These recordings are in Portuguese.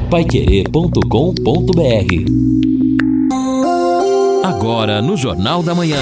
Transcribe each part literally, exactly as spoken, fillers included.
paiquerê ponto com ponto br. Agora no Jornal da Manhã.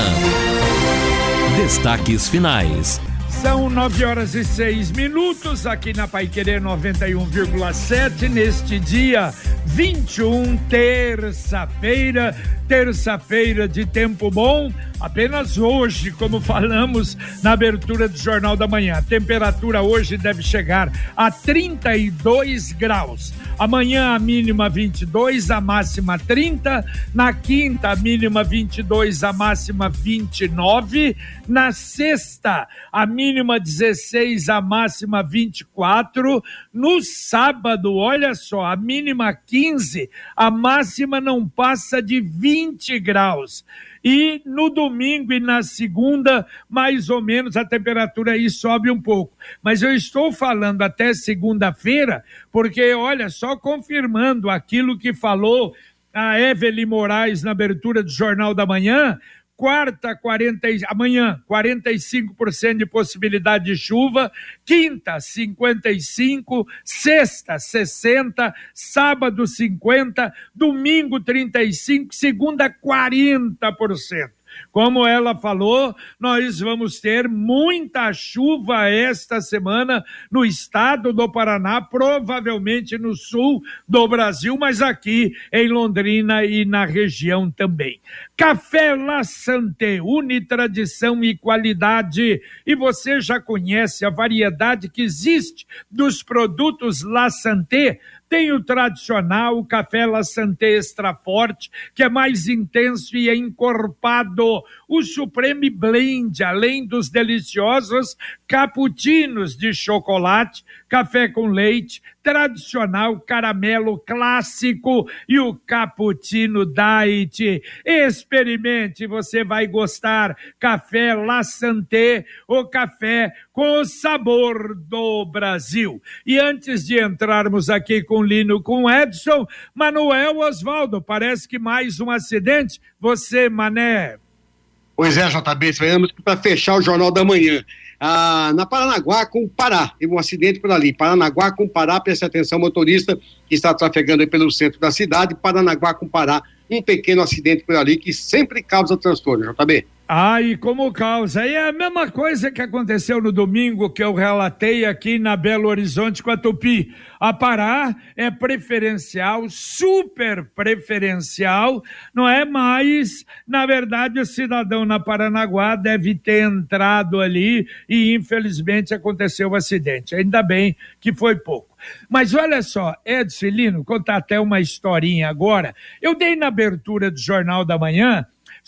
Destaques finais. São nove horas e seis minutos aqui na Paiquerê noventa e um vírgula sete, neste dia vinte e um, terça-feira, terça-feira de tempo bom. Apenas hoje, como falamos na abertura do Jornal da Manhã, a temperatura hoje deve chegar a trinta e dois graus. Amanhã a mínima vinte e dois, a máxima trinta. Na quinta a mínima vinte e dois, a máxima vinte e nove. Na sexta a mínima dezesseis, a máxima vinte e quatro. No sábado, olha só, a mínima quinze, a máxima não passa de vinte graus. E no domingo e na segunda, mais ou menos, a temperatura aí sobe um pouco. Mas eu estou falando até segunda-feira, porque, olha, só confirmando aquilo que falou a Evelyn Moraes na abertura do Jornal da Manhã, quarta, quarenta, amanhã, quarenta e cinco por cento de possibilidade de chuva, quinta, cinquenta e cinco por cento, sexta, sessenta por cento, sábado, cinquenta por cento, domingo, trinta e cinco por cento, segunda, quarenta por cento. Como ela falou, nós vamos ter muita chuva esta semana no estado do Paraná, provavelmente no sul do Brasil, mas aqui em Londrina e na região também. Café La Santé, une tradição e qualidade. E você já conhece a variedade que existe dos produtos La Santé? Tem o tradicional, o café La Santé Extra Forte, que é mais intenso e é encorpado. O Supreme Blend, além dos deliciosos cappuccinos de chocolate, café com leite, tradicional, caramelo clássico e o cappuccino diet. Experimente, você vai gostar. Café La Santé, o café com o sabor do Brasil. E antes de entrarmos aqui com o Lino, com o Edson, Manuel Osvaldo, parece que mais um acidente. Você, Mané. Pois é, J B, esperamos para fechar o Jornal da Manhã. Ah, na Paranaguá com Pará, teve um acidente por ali. Paranaguá com Pará, preste atenção, motorista que está trafegando pelo centro da cidade. Paranaguá com Pará, um pequeno acidente por ali que sempre causa transtorno, J B. Ah, e como causa? E é a mesma coisa que aconteceu no domingo que eu relatei aqui na Belo Horizonte com a Tupi. A Pará é preferencial, super preferencial, não é? Mas, na verdade, o cidadão na Paranaguá deve ter entrado ali e, infelizmente, aconteceu o acidente. Ainda bem que foi pouco. Mas olha só, Edson e Lino, contar até uma historinha agora. Eu dei na abertura do Jornal da Manhã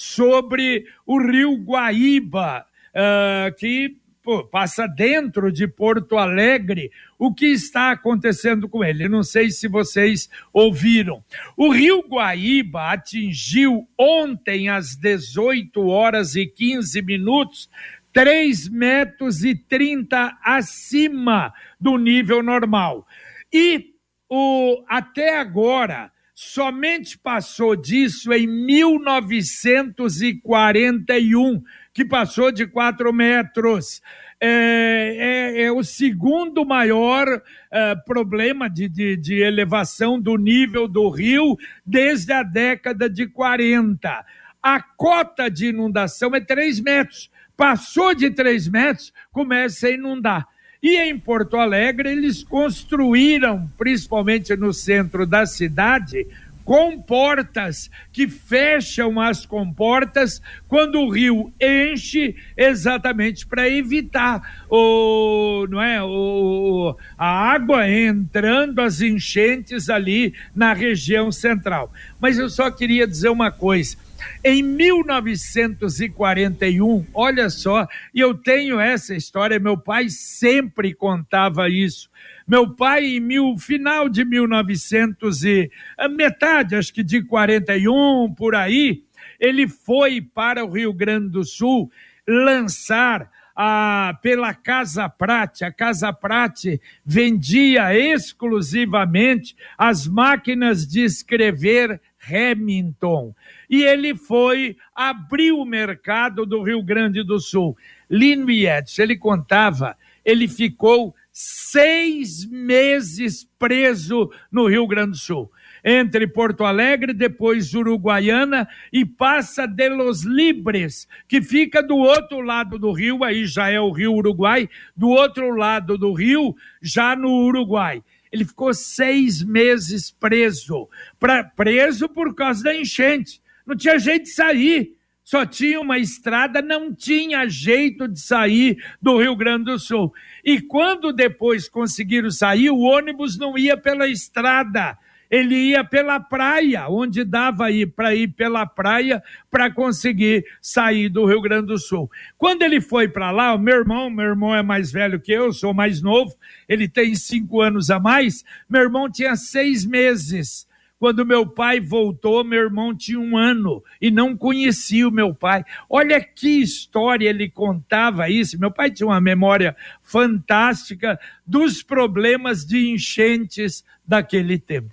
sobre o rio Guaíba, uh, que pô, passa dentro de Porto Alegre. O que está acontecendo com ele? Eu não sei se vocês ouviram. O rio Guaíba atingiu ontem às dezoito horas e quinze minutos três metros e trinta acima do nível normal. E o, até agora somente passou disso em mil novecentos e quarenta e um, que passou de quatro metros. É, é, é o segundo maior é, problema de, de, de elevação do nível do rio desde a década de quarenta. A cota de inundação é três metros. Passou de três metros, começa a inundar. E em Porto Alegre, eles construíram, principalmente no centro da cidade, comportas que fecham as comportas quando o rio enche, exatamente para evitar o, não é, o, a água entrando, as enchentes ali na região central. Mas eu só queria dizer uma coisa. Em mil novecentos e quarenta e um, olha só, e eu tenho essa história, meu pai sempre contava isso. Meu pai, em mil, final de mil e novecentos e metade, acho que de quarenta e um, por aí, ele foi para o Rio Grande do Sul lançar a, pela Casa Prate. A Casa Prate vendia exclusivamente as máquinas de escrever Remington. E ele foi abrir o mercado do Rio Grande do Sul. Lino e Edson, ele contava, ele ficou seis meses preso no Rio Grande do Sul. Entre Porto Alegre, depois Uruguaiana e Passa de los Libres, que fica do outro lado do rio, aí já é o Rio Uruguai, do outro lado do rio, já no Uruguai. Ele ficou seis meses preso, pra, preso por causa da enchente. Não tinha jeito de sair, só tinha uma estrada, não tinha jeito de sair do Rio Grande do Sul. E quando depois conseguiram sair, o ônibus não ia pela estrada, ele ia pela praia, onde dava ir para ir pela praia para conseguir sair do Rio Grande do Sul. Quando ele foi para lá, o meu irmão, meu irmão é mais velho que eu, sou mais novo, ele tem cinco anos a mais, meu irmão tinha seis meses. Quando meu pai voltou, meu irmão tinha um ano e não conhecia o meu pai. Olha que história ele contava isso. Meu pai tinha uma memória fantástica dos problemas de enchentes daquele tempo.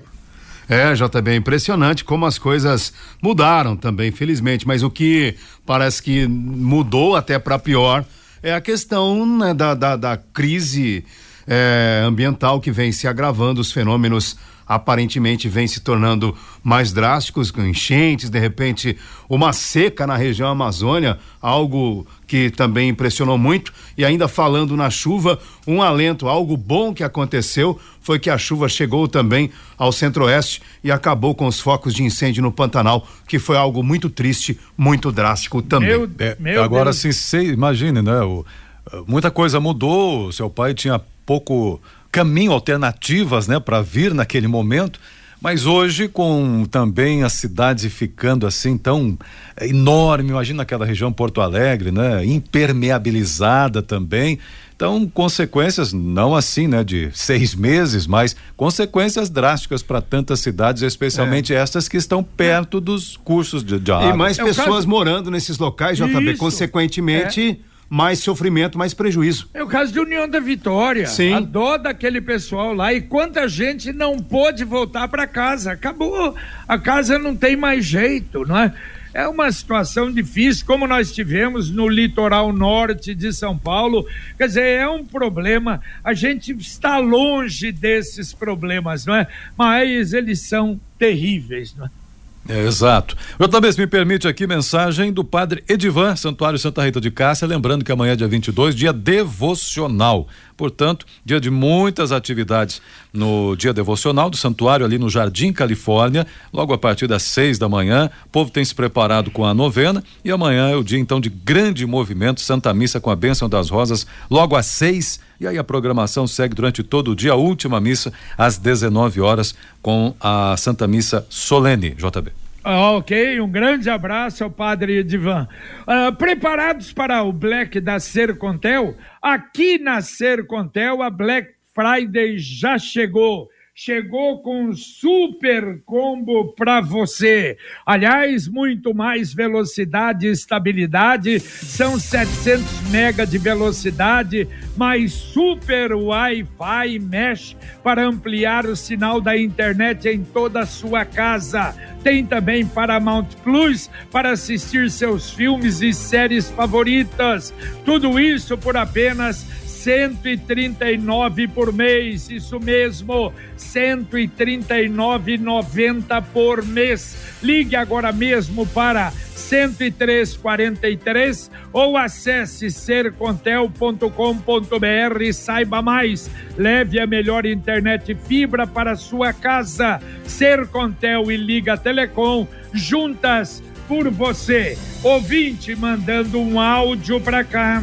É, J B, é impressionante como as coisas mudaram também, felizmente, mas o que parece que mudou até para pior é a questão, né, da, da, da crise é, ambiental que vem se agravando, os fenômenos aparentemente vêm se tornando mais drásticos, com enchentes, de repente uma seca na região Amazônia, algo que também impressionou muito. E ainda falando na chuva, um alento, algo bom que aconteceu foi que a chuva chegou também ao centro-oeste e acabou com os focos de incêndio no Pantanal, que foi algo muito triste, muito drástico também. Meu, é, meu agora sim, imagine, né? O, muita coisa mudou, seu pai tinha pouco caminho, alternativas, né, para vir naquele momento, mas hoje com também a cidade ficando assim tão enorme, imagina aquela região Porto Alegre, né, impermeabilizada também, então consequências não assim, né, de seis meses, mas consequências drásticas para tantas cidades, especialmente é. estas que estão perto dos cursos de, de água. E mais é pessoas caso... morando nesses locais, J B, Isso. consequentemente é. mais sofrimento, mais prejuízo. É o caso de União da Vitória. Sim. A dó daquele pessoal lá, e quanta gente não pôde voltar para casa. Acabou. A casa não tem mais jeito, não é? É uma situação difícil, como nós tivemos no litoral norte de São Paulo. Quer dizer, é um problema. A gente está longe desses problemas, não é? Mas eles são terríveis, não é? É, exato. Eu também, se me permite aqui, mensagem do padre Edivan, Santuário Santa Rita de Cássia, lembrando que amanhã, dia vinte e dois, dia devocional. Portanto, dia de muitas atividades no dia devocional do santuário ali no Jardim Califórnia, logo a partir das seis da manhã. O povo tem se preparado com a novena e amanhã é o dia então de grande movimento, Santa Missa com a Bênção das Rosas, logo às seis. E aí a programação segue durante todo o dia, a última missa às dezenove horas com a Santa Missa solene, J B. Ok, um grande abraço ao padre Edivan. Uh, preparados para o Black da Sercontel? Aqui na Sercontel a Black Friday já chegou. Chegou com um super combo para você. Aliás, muito mais velocidade e estabilidade. São setecentos mega de velocidade, mais super Wi-Fi mesh para ampliar o sinal da internet em toda a sua casa. Tem também Paramount Plus para assistir seus filmes e séries favoritas. Tudo isso por apenas cento e trinta e nove reais por mês, isso mesmo, cento e trinta e nove reais e noventa centavos por mês. Ligue agora mesmo para cento e três quarenta e três ou acesse sercontel ponto com ponto br e saiba mais. Leve a melhor internet fibra para a sua casa. Sercontel e Liga Telecom, juntas por você. Ouvinte mandando um áudio para cá.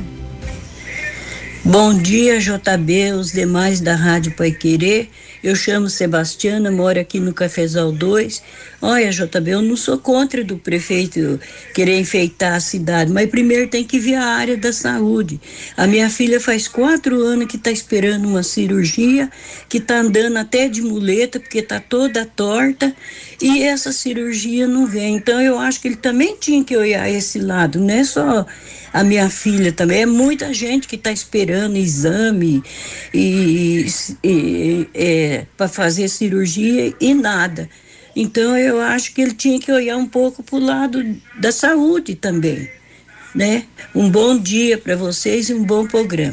Bom dia, J B, os demais da Rádio Paiquerê. Eu chamo Sebastiana, moro aqui no Cafezal dois. Olha, J B, eu não sou contra do prefeito querer enfeitar a cidade, mas primeiro tem que ver a área da saúde. A minha filha faz quatro anos que está esperando uma cirurgia, que está andando até de muleta, porque está toda torta, e essa cirurgia não vem. Então eu acho que ele também tinha que olhar esse lado, não é só a minha filha também, é muita gente que está esperando exame e, e, e é, para fazer cirurgia e nada. Então eu acho que ele tinha que olhar um pouco para o lado da saúde também, né? Um bom dia para vocês e um bom programa.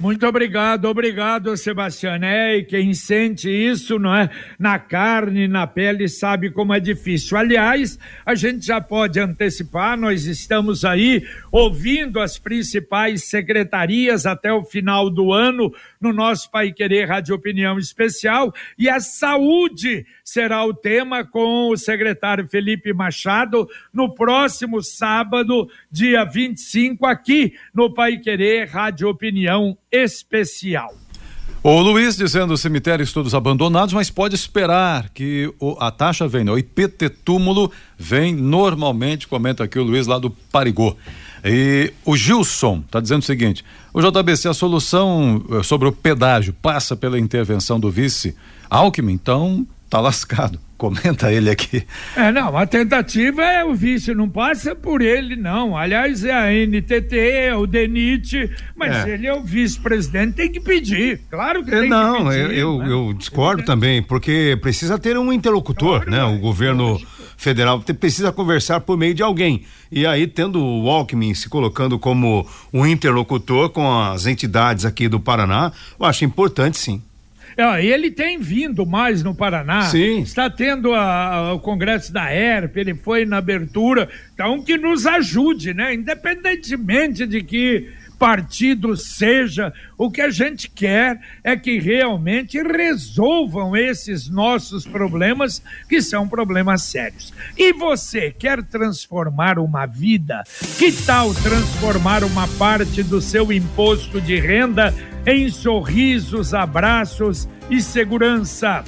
Muito obrigado, obrigado, Sebastião. É, e quem sente isso, não é, na carne, na pele, sabe como é difícil. Aliás, a gente já pode antecipar, nós estamos aí ouvindo as principais secretarias até o final do ano no nosso Paiquerê Rádio Opinião Especial, e a saúde será o tema com o secretário Felipe Machado no próximo sábado, dia vinte e cinco, aqui no Paiquerê Rádio Opinião Especial. O Luiz dizendo cemitérios todos abandonados, mas pode esperar que o, a taxa venha. O I P T túmulo vem normalmente, comenta aqui o Luiz lá do Parigô. E o Gilson está dizendo o seguinte: o J B C, a solução sobre o pedágio passa pela intervenção do vice Alckmin, então tá lascado. Comenta ele aqui. É, não, a tentativa é o vice, não passa por ele, não. Aliás, é a N T T, é o DENIT, mas é. ele é o vice-presidente, tem que pedir. Claro que é, tem não, que pedir. Eu, né? eu discordo é. também, porque precisa ter um interlocutor, claro, né? O governo lógico. federal precisa conversar por meio de alguém. E aí, tendo o Alckmin se colocando como um interlocutor com as entidades aqui do Paraná, eu acho importante, sim. É, ele tem vindo mais no Paraná. Sim. Está tendo a, a, o congresso da E R P, ele foi na abertura, então que nos ajude, né? Independentemente de que partido seja, o que a gente quer é que realmente resolvam esses nossos problemas, que são problemas sérios. E você quer transformar uma vida? Que tal transformar uma parte do seu imposto de renda em sorrisos, abraços e segurança?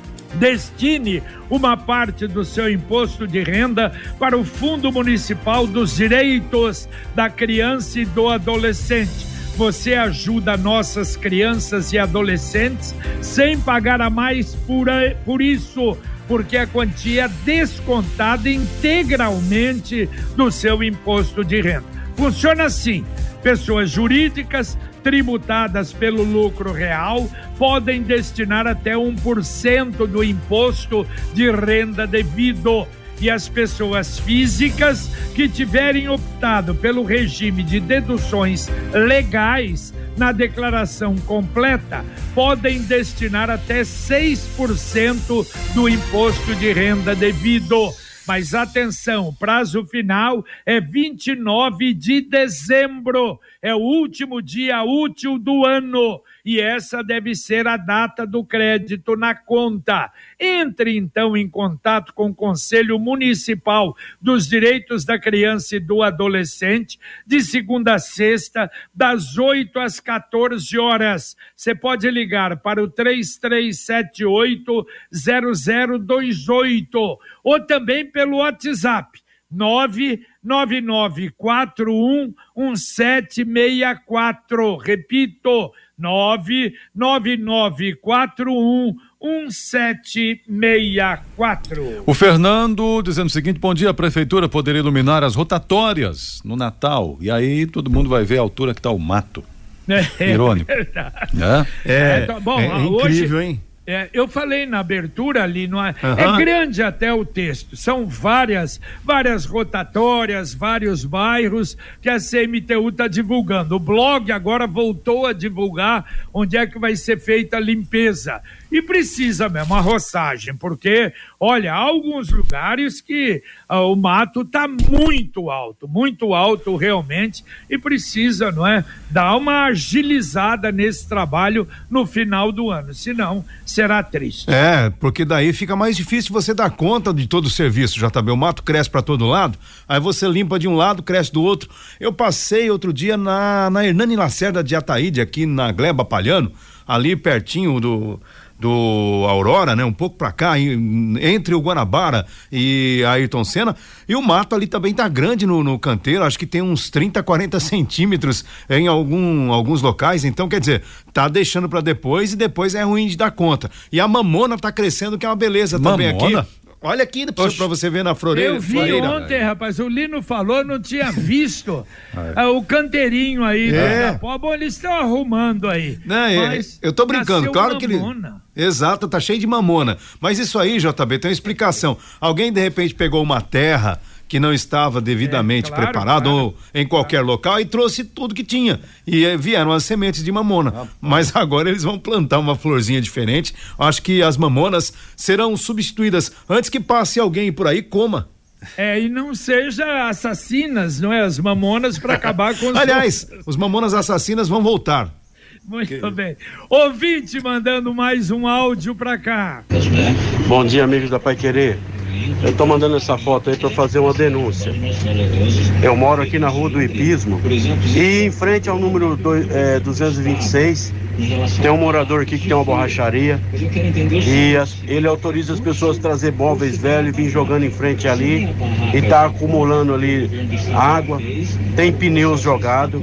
Destine uma parte do seu imposto de renda para o Fundo Municipal dos Direitos da Criança e do Adolescente. Você ajuda nossas crianças e adolescentes sem pagar a mais por, por isso, porque a quantia é descontada integralmente do seu imposto de renda. Funciona assim: pessoas jurídicas tributadas pelo lucro real podem destinar até um por cento do imposto de renda devido, e as pessoas físicas que tiverem optado pelo regime de deduções legais na declaração completa podem destinar até seis por cento do imposto de renda devido. Mas atenção, o prazo final é vinte e nove de dezembro, é o último dia útil do ano, e essa deve ser a data do crédito na conta. Entre então em contato com o Conselho Municipal dos Direitos da Criança e do Adolescente, de segunda a sexta, das oito às quatorze horas. Você pode ligar para o três três sete oito, zero zero dois oito ou também pelo WhatsApp nove nove nove quatro um um sete seis quatro. Repito, nove nove nove quatro um um sete seis quatro. O Fernando dizendo o seguinte: bom dia, a prefeitura poderia iluminar as rotatórias no Natal, e aí todo mundo vai ver a altura que está o mato. É, irônico. É, é, é, é, bom, é incrível, hoje, hein? É, eu falei na abertura ali, não é? Uhum. É grande até o texto, são várias, várias rotatórias, vários bairros que a C M T U está divulgando. O blog agora voltou a divulgar onde é que vai ser feita a limpeza. E precisa mesmo a roçagem, porque, olha, há alguns lugares que ah, o mato está muito alto, muito alto realmente, e precisa, não é, dar uma agilizada nesse trabalho no final do ano, senão será triste. É, porque daí fica mais difícil você dar conta de todo o serviço, J B. O mato cresce para todo lado, aí você limpa de um lado, cresce do outro. Eu passei outro dia na, na Hernani Lacerda de Ataíde, aqui na Gleba Palhano, ali pertinho do... do Aurora, né? Um pouco pra cá, entre o Guanabara e a Ayrton Senna, e o mato ali também tá grande no, no canteiro, acho que tem uns trinta, quarenta centímetros em algum, alguns locais, então quer dizer, tá deixando pra depois e depois é ruim de dar conta. E a mamona tá crescendo, que é uma beleza também mamona? Aqui. Olha aqui pra, pra você ver na floreira. Eu vi floreira. ontem, rapaz, o Lino falou, não tinha visto ah, o canteirinho aí. É. Da Bom, eles estão arrumando aí. Não, é, eu tô brincando, claro que ele... Exato, tá cheio de mamona. Mas isso aí, J B, tem uma explicação. Alguém de repente pegou uma terra que não estava devidamente é, claro, preparado claro. ou em qualquer claro. local e trouxe tudo que tinha. E eh, vieram as sementes de mamona. Ah, Mas agora eles vão plantar uma florzinha diferente. Acho que as mamonas serão substituídas antes que passe alguém por aí coma. É, e não seja assassinas, não é? As mamonas para acabar com os... Aliás, os mamonas assassinas vão voltar. Muito que... bem. Ouvinte mandando mais um áudio para cá. Bom dia, amigos da Pai Querer. Eu tô mandando essa foto aí para fazer uma denúncia. Eu moro aqui na rua do Hipismo e em frente ao número dois, é, duzentos e vinte e seis tem um morador aqui que tem uma borracharia e as, ele autoriza as pessoas a trazer móveis velhos e vir jogando em frente ali e tá acumulando ali água, tem pneus jogados,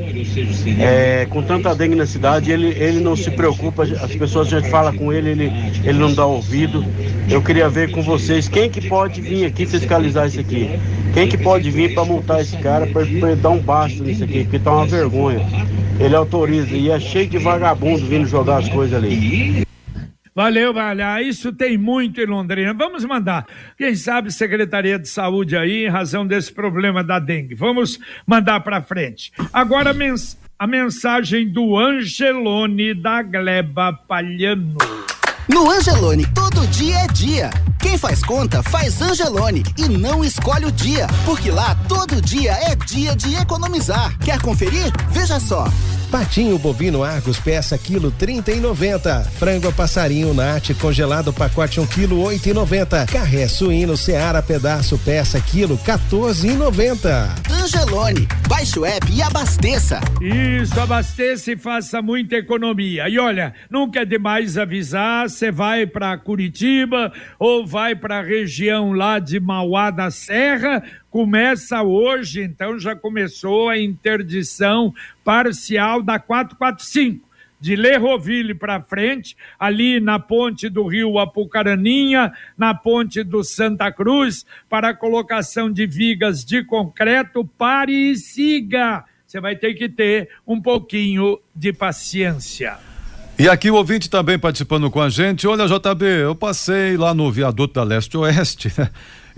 é, com tanta dengue na cidade, ele, ele não se preocupa, as pessoas, a gente fala com ele, ele, ele não dá ouvido. Eu queria ver com vocês quem que pode vir aqui fiscalizar isso aqui, quem que pode vir para multar esse cara, para ele dar um basta nisso aqui, porque tá uma vergonha. Ele autoriza e é cheio de vagabundo vindo jogar as coisas ali. Valeu, Valha. Isso tem muito em Londrina. Vamos mandar, quem sabe, Secretaria de Saúde aí, em razão desse problema da dengue. Vamos mandar para frente. Agora mens- a mensagem do Angelone da Gleba Palhano. No Angelone, todo dia é dia. Quem faz conta, faz Angelone e não escolhe o dia, porque lá todo dia é dia de economizar. Quer conferir? Veja só. Patinho bovino Argos peça quilo trinta e noventa. Frango a passarinho Nat congelado pacote um quilo oito e noventa. Carré suíno Seara pedaço peça quilo quatorze e noventa. Angelone, baixe o app e abasteça. Isso, abasteça e faça muita economia. E olha, nunca é demais avisar, você vai para Curitiba ou vai para a região lá de Mauá da Serra. Começa hoje, então já começou a interdição parcial da quatrocentos e quarenta e cinco, de Lerroville para frente, ali na ponte do Rio Apucaraninha, na ponte do Santa Cruz, para a colocação de vigas de concreto. Pare e siga. Você vai ter que ter um pouquinho de paciência. E aqui o ouvinte também participando com a gente. Olha, J B, eu passei lá no viaduto da Leste-Oeste, né?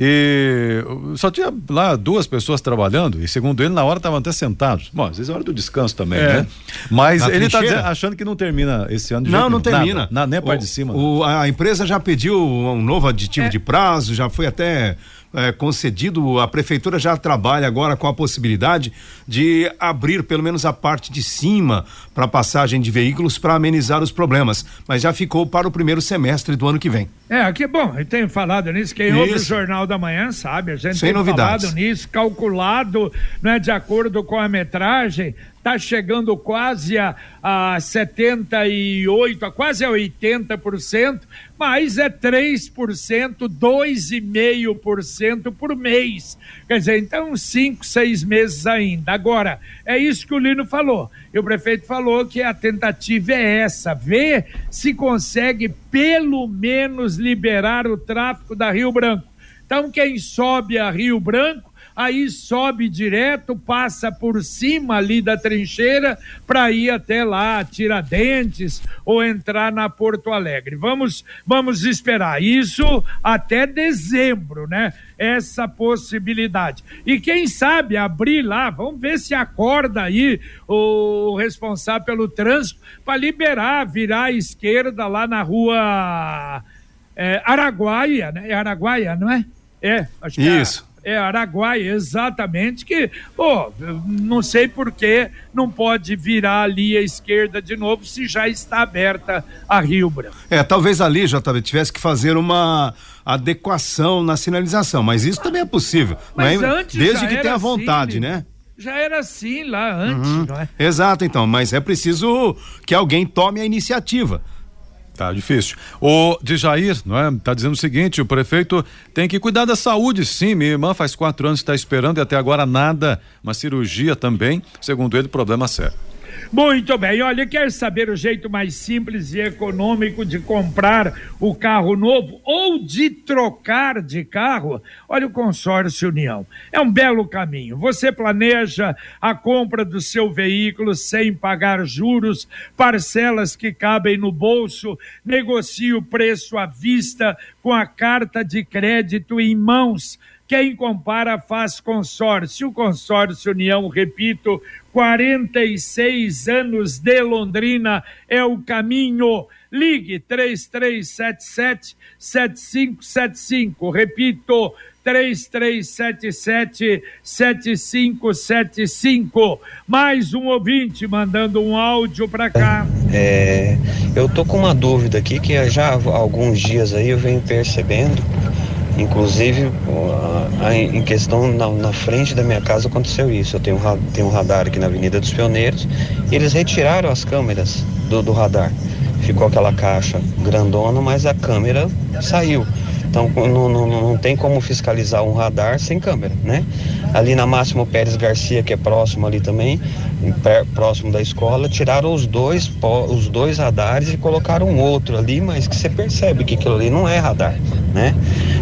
E só tinha lá duas pessoas trabalhando, e segundo ele, na hora estavam até sentados. Bom, às vezes é hora do descanso também, é. né? Mas na ele está achando que não termina esse ano de Não, jeito não termina. Nada, na, nem a parte o, de cima. O, a empresa já pediu um novo aditivo é. de prazo, já foi até é, concedido, a prefeitura já trabalha agora com a possibilidade de abrir pelo menos a parte de cima para passagem de veículos para amenizar os problemas, mas já ficou para o primeiro semestre do ano que vem. É, que bom, eu tenho falado nisso, quem ouve o Jornal da Manhã sabe, a gente Sem tem novidades. falado nisso, calculado, né, de acordo com a metragem, está chegando quase a, a setenta e oito por cento, a quase a oitenta por cento, mas é três por cento, dois vírgula cinco por cento por mês. Quer dizer, então cinco, seis meses ainda. Agora, é isso que o Lino falou. E o prefeito falou que a tentativa é essa, ver se consegue pelo menos liberar o tráfego da Rio Branco. Então, quem sobe a Rio Branco, aí sobe direto, passa por cima ali da trincheira para ir até lá, Tiradentes ou entrar na Porto Alegre. Vamos, vamos esperar isso até dezembro, né? Essa possibilidade. E quem sabe abrir lá, vamos ver se acorda aí o responsável pelo trânsito para liberar, virar à esquerda lá na rua é, Araguaia, né? É Araguaia, não é? É, acho que é. Isso. É, Araguaia, exatamente, que, pô, não sei por que não pode virar ali à esquerda de novo se já está aberta a Rio Branco. É, talvez ali, J B, tivesse que fazer uma adequação na sinalização, mas isso também é possível, mas não é? Antes Desde que tenha assim, vontade, né? Já era assim lá antes, uhum. não é? Exato, então, mas é preciso que alguém tome a iniciativa. Tá difícil. O Djair, não é? Tá dizendo o seguinte, o prefeito tem que cuidar da saúde, sim. Minha irmã faz quatro anos que está esperando e até agora nada. Uma cirurgia também, segundo ele, problema sério. Muito bem, olha, quer saber o jeito mais simples e econômico de comprar o carro novo ou de trocar de carro? Olha, o Consórcio União é um belo caminho. Você planeja a compra do seu veículo sem pagar juros, parcelas que cabem no bolso, negocia o preço à vista com a carta de crédito em mãos. Quem compara faz consórcio. Consórcio União, repito, quarenta e seis anos de Londrina é o caminho. Ligue três três sete sete, sete cinco sete cinco. Repito, três três sete sete, sete cinco sete cinco. Mais um ouvinte mandando um áudio para cá. É, eu tô com uma dúvida aqui que já há alguns dias aí eu venho percebendo, inclusive em questão na, na frente da minha casa aconteceu isso. Eu tenho, tenho um radar aqui na Avenida dos Pioneiros e eles retiraram as câmeras do, do radar. Ficou aquela caixa grandona, mas a câmera saiu. Então não, não, não tem como fiscalizar um radar sem câmera, né? Ali na Máximo Pérez Garcia, que é próximo ali também, próximo da escola, tiraram os dois, os dois radares e colocaram um outro ali, mas que você percebe que aquilo ali não é radar, né?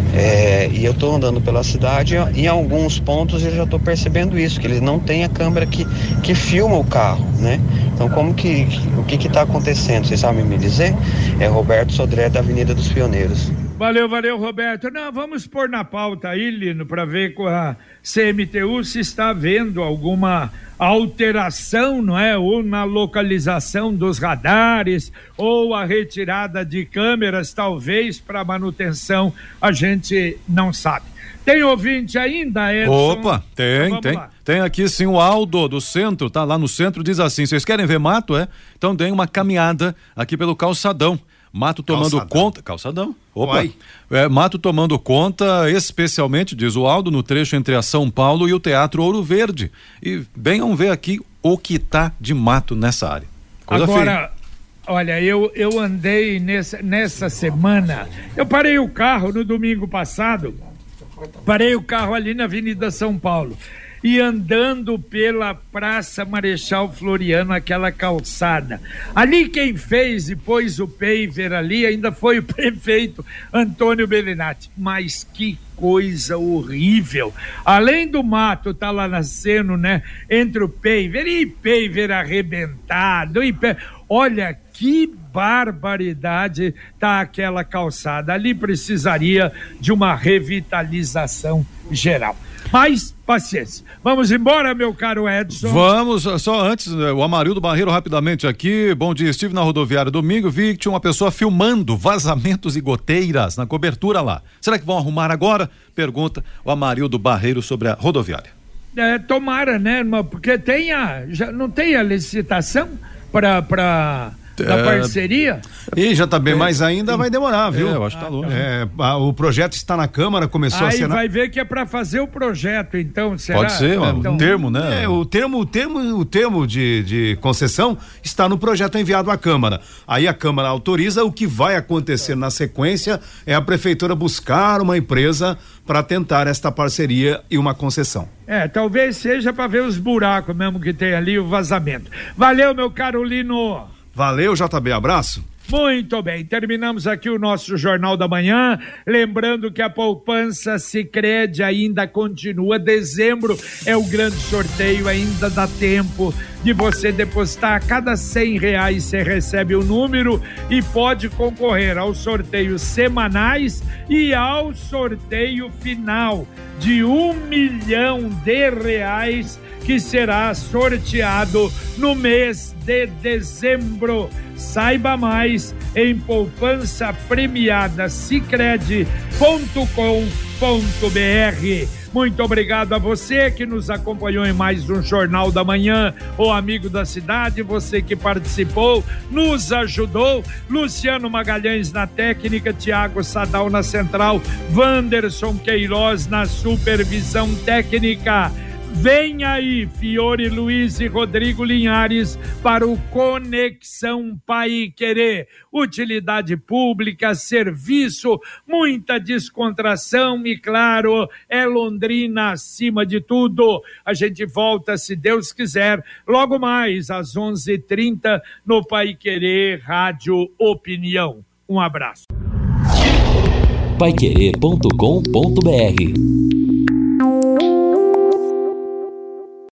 É, e eu estou andando pela cidade e em alguns pontos eu já estou percebendo isso, que eles não têm a câmera que, que filma o carro, né? Então como que, o que está acontecendo? Vocês sabem me dizer? É Roberto Sodré, da Avenida dos Pioneiros. Valeu, valeu, Roberto. Não, vamos pôr na pauta aí, Lino, para ver com a C M T U se está havendo alguma alteração, não é? Ou na localização dos radares, ou a retirada de câmeras, talvez para manutenção, a gente não sabe. Tem ouvinte ainda, Edson? Opa, tem, então, tem. lá. Tem aqui sim o Aldo do centro, tá lá no centro, diz assim: vocês querem ver mato, é? Então deem uma caminhada aqui pelo calçadão. Mato tomando calçadão. conta. Calçadão. Opa. É, mato tomando conta, especialmente, diz o Aldo, no trecho entre a São Paulo e o Teatro Ouro Verde. E venham ver aqui o que tá de mato nessa área. Coisa Agora, feia. Olha, eu, eu andei nessa, nessa semana, eu parei o carro no domingo passado, parei o carro ali na Avenida São Paulo. E andando pela Praça Marechal Floriano, aquela calçada. Ali quem fez e pôs o paver ali ainda foi o prefeito Antônio Bellinati. Mas que coisa horrível. Além do mato tá lá nascendo, né? Entre o paver e paver arrebentado. E paver... Olha que barbaridade tá aquela calçada. Ali precisaria de uma revitalização geral. Mas, paciência. Vamos embora, meu caro Edson? Vamos, só antes, o Amarildo Barreiro rapidamente aqui. Bom dia, estive na rodoviária domingo, vi que tinha uma pessoa filmando vazamentos e goteiras na cobertura lá. Será que vão arrumar agora? Pergunta o Amarildo Barreiro sobre a rodoviária. É, tomara, né, irmão? Porque tem a, já não tem a licitação para... Pra... da é... parceria? E já tá bem, é, mais ainda vai demorar, viu? É, eu acho que tá longe. É, o projeto está na Câmara, começou Aí a ser... Aí vai ver que é para fazer o projeto, então, será? Pode ser, ó, então... um termo, né? É, o termo, o termo, o termo de, de concessão está no projeto enviado à Câmara. Aí a Câmara autoriza, o que vai acontecer na sequência é a Prefeitura buscar uma empresa para tentar esta parceria e uma concessão. É, talvez seja para ver os buracos mesmo que tem ali, o vazamento. Valeu, meu caro Lino! Valeu, J B, abraço. Muito bem, terminamos aqui o nosso Jornal da Manhã, lembrando que a poupança Sicredi ainda continua, dezembro é o grande sorteio, ainda dá tempo de você depositar. A cada cem reais você recebe o número e pode concorrer aos sorteios semanais e ao sorteio final de um milhão de reais que será sorteado no mês de dezembro. Saiba mais em poupança premiada sicredi ponto com ponto br. Muito obrigado a você que nos acompanhou em mais um Jornal da Manhã, o Amigo da Cidade, você que participou, nos ajudou, Luciano Magalhães na técnica, Tiago Sadal na central, Wanderson Queiroz na supervisão técnica. Vem aí, Fiore Luiz e Rodrigo Linhares para o Conexão Paiquerê. Utilidade pública, serviço, muita descontração e, claro, é Londrina acima de tudo. A gente volta, se Deus quiser, logo mais às onze e trinta no Paiquerê Rádio Opinião. Um abraço. paiquerê ponto com ponto br